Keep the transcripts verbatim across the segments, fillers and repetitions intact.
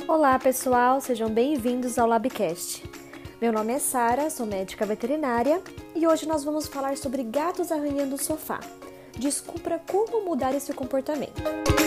Olá pessoal, sejam bem-vindos ao Labcast. Meu nome é Sara, sou médica veterinária e hoje nós vamos falar sobre gatos arranhando o sofá. Descubra como mudar esse comportamento.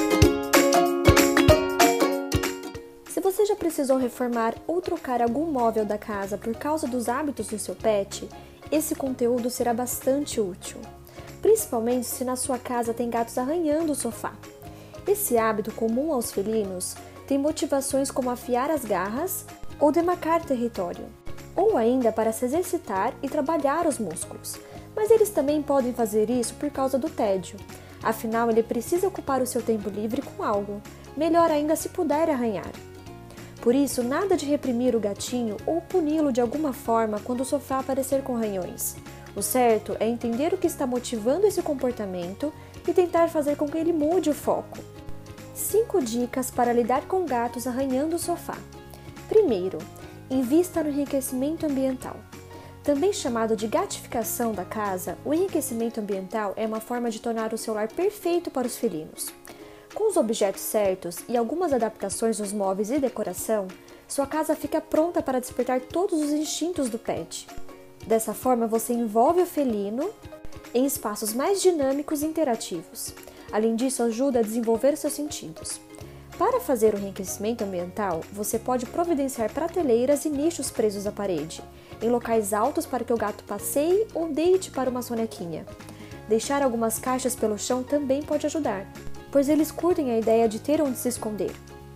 Se você já precisou reformar ou trocar algum móvel da casa por causa dos hábitos do seu pet, esse conteúdo será bastante útil, principalmente se na sua casa tem gatos arranhando o sofá. Esse hábito comum aos felinos tem motivações como afiar as garras ou demarcar território, ou ainda para se exercitar e trabalhar os músculos. Mas eles também podem fazer isso por causa do tédio, afinal ele precisa ocupar o seu tempo livre com algo, melhor ainda se puder arranhar. Por isso, nada de reprimir o gatinho ou puni-lo de alguma forma quando o sofá aparecer com arranhões. O certo é entender o que está motivando esse comportamento e tentar fazer com que ele mude o foco. cinco dicas para lidar com gatos arranhando o sofá. Primeiro, invista no enriquecimento ambiental. Também chamado de gatificação da casa, o enriquecimento ambiental é uma forma de tornar o seu lar perfeito para os felinos. Com os objetos certos e algumas adaptações nos móveis e decoração, sua casa fica pronta para despertar todos os instintos do pet. Dessa forma, você envolve o felino em espaços mais dinâmicos e interativos. Além disso, ajuda a desenvolver seus sentidos. Para fazer o enriquecimento ambiental, você pode providenciar prateleiras e nichos presos à parede, em locais altos para que o gato passeie ou deite para uma sonequinha. Deixar algumas caixas pelo chão também pode ajudar, pois eles curtem a ideia de ter onde se esconder.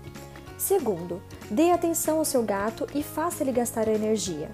Segundo, dê atenção ao seu gato e faça ele gastar energia.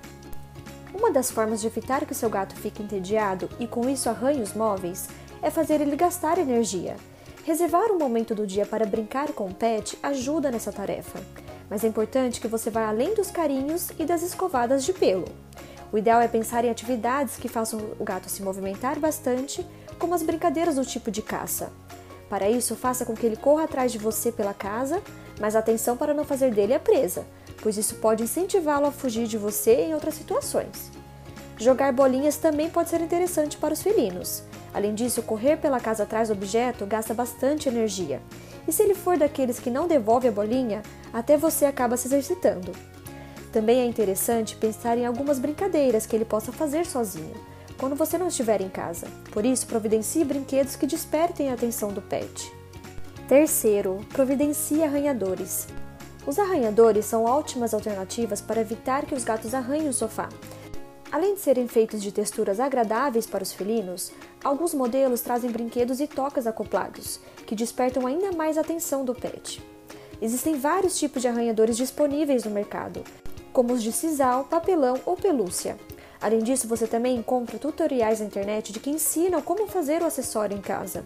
Uma das formas de evitar que seu gato fique entediado e com isso arranhe os móveis é fazer ele gastar energia. Reservar um momento do dia para brincar com o pet ajuda nessa tarefa, mas é importante que você vá além dos carinhos e das escovadas de pelo. O ideal é pensar em atividades que façam o gato se movimentar bastante, como as brincadeiras do tipo de caça. Para isso, faça com que ele corra atrás de você pela casa, mas atenção para não fazer dele a presa, pois isso pode incentivá-lo a fugir de você em outras situações. Jogar bolinhas também pode ser interessante para os felinos. Além disso, correr pela casa atrás do objeto gasta bastante energia. E se ele for daqueles que não devolve a bolinha, até você acaba se exercitando. Também é interessante pensar em algumas brincadeiras que ele possa fazer sozinho, quando você não estiver em casa. Por isso, providencie brinquedos que despertem a atenção do pet. Terceiro, providencie arranhadores. Os arranhadores são ótimas alternativas para evitar que os gatos arranhem o sofá. Além de serem feitos de texturas agradáveis para os felinos, alguns modelos trazem brinquedos e tocas acoplados, que despertam ainda mais a atenção do pet. Existem vários tipos de arranhadores disponíveis no mercado, como os de sisal, papelão ou pelúcia. Além disso, você também encontra tutoriais na internet de que ensinam como fazer o acessório em casa.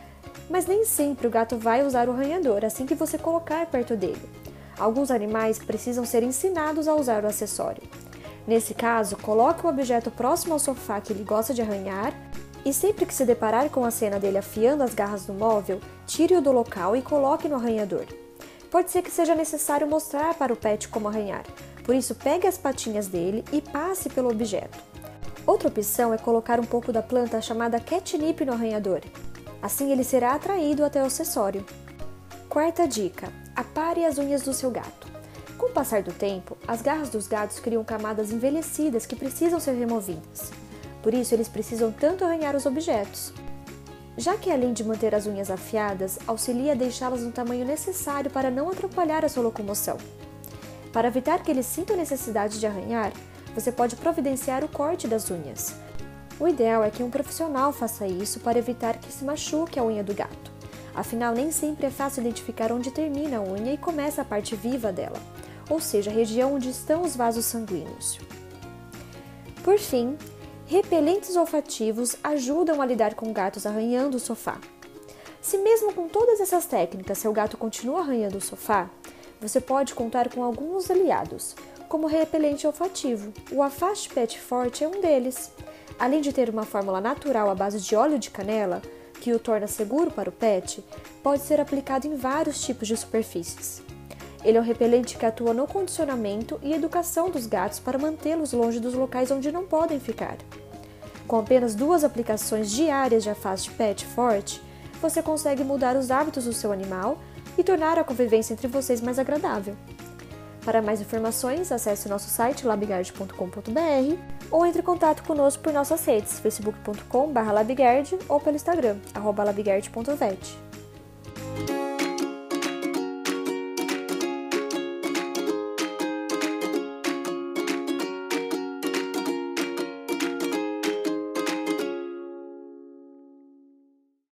Mas nem sempre o gato vai usar o arranhador assim que você colocar perto dele. Alguns animais precisam ser ensinados a usar o acessório. Nesse caso, coloque o objeto próximo ao sofá que ele gosta de arranhar e sempre que se deparar com a cena dele afiando as garras do móvel, tire-o do local e coloque no arranhador. Pode ser que seja necessário mostrar para o pet como arranhar, por isso pegue as patinhas dele e passe pelo objeto. Outra opção é colocar um pouco da planta chamada catnip no arranhador. Assim ele será atraído até o acessório. Quarta dica: apare as unhas do seu gato. Com o passar do tempo, as garras dos gatos criam camadas envelhecidas que precisam ser removidas. Por isso, eles precisam tanto arranhar os objetos. Já que, além de manter as unhas afiadas, auxilia a deixá-las no tamanho necessário para não atrapalhar a sua locomoção. Para evitar que eles sintam necessidade de arranhar, você pode providenciar o corte das unhas. O ideal é que um profissional faça isso para evitar que se machuque a unha do gato. Afinal, nem sempre é fácil identificar onde termina a unha e começa a parte viva dela, ou seja, a região onde estão os vasos sanguíneos. Por fim, repelentes olfativos ajudam a lidar com gatos arranhando o sofá. Se mesmo com todas essas técnicas seu gato continua arranhando o sofá, você pode contar com alguns aliados, como o repelente olfativo. O Afaste Pet Forte é um deles. Além de ter uma fórmula natural à base de óleo de canela, que o torna seguro para o pet, pode ser aplicado em vários tipos de superfícies. Ele é um repelente que atua no condicionamento e educação dos gatos para mantê-los longe dos locais onde não podem ficar. Com apenas duas aplicações diárias de Afaste Pet Forte, você consegue mudar os hábitos do seu animal e tornar a convivência entre vocês mais agradável. Para mais informações, acesse o nosso site labigard ponto com ponto br ou entre em contato conosco por nossas redes, facebook ponto com barra labigard ou pelo Instagram, arroba labigard ponto vet.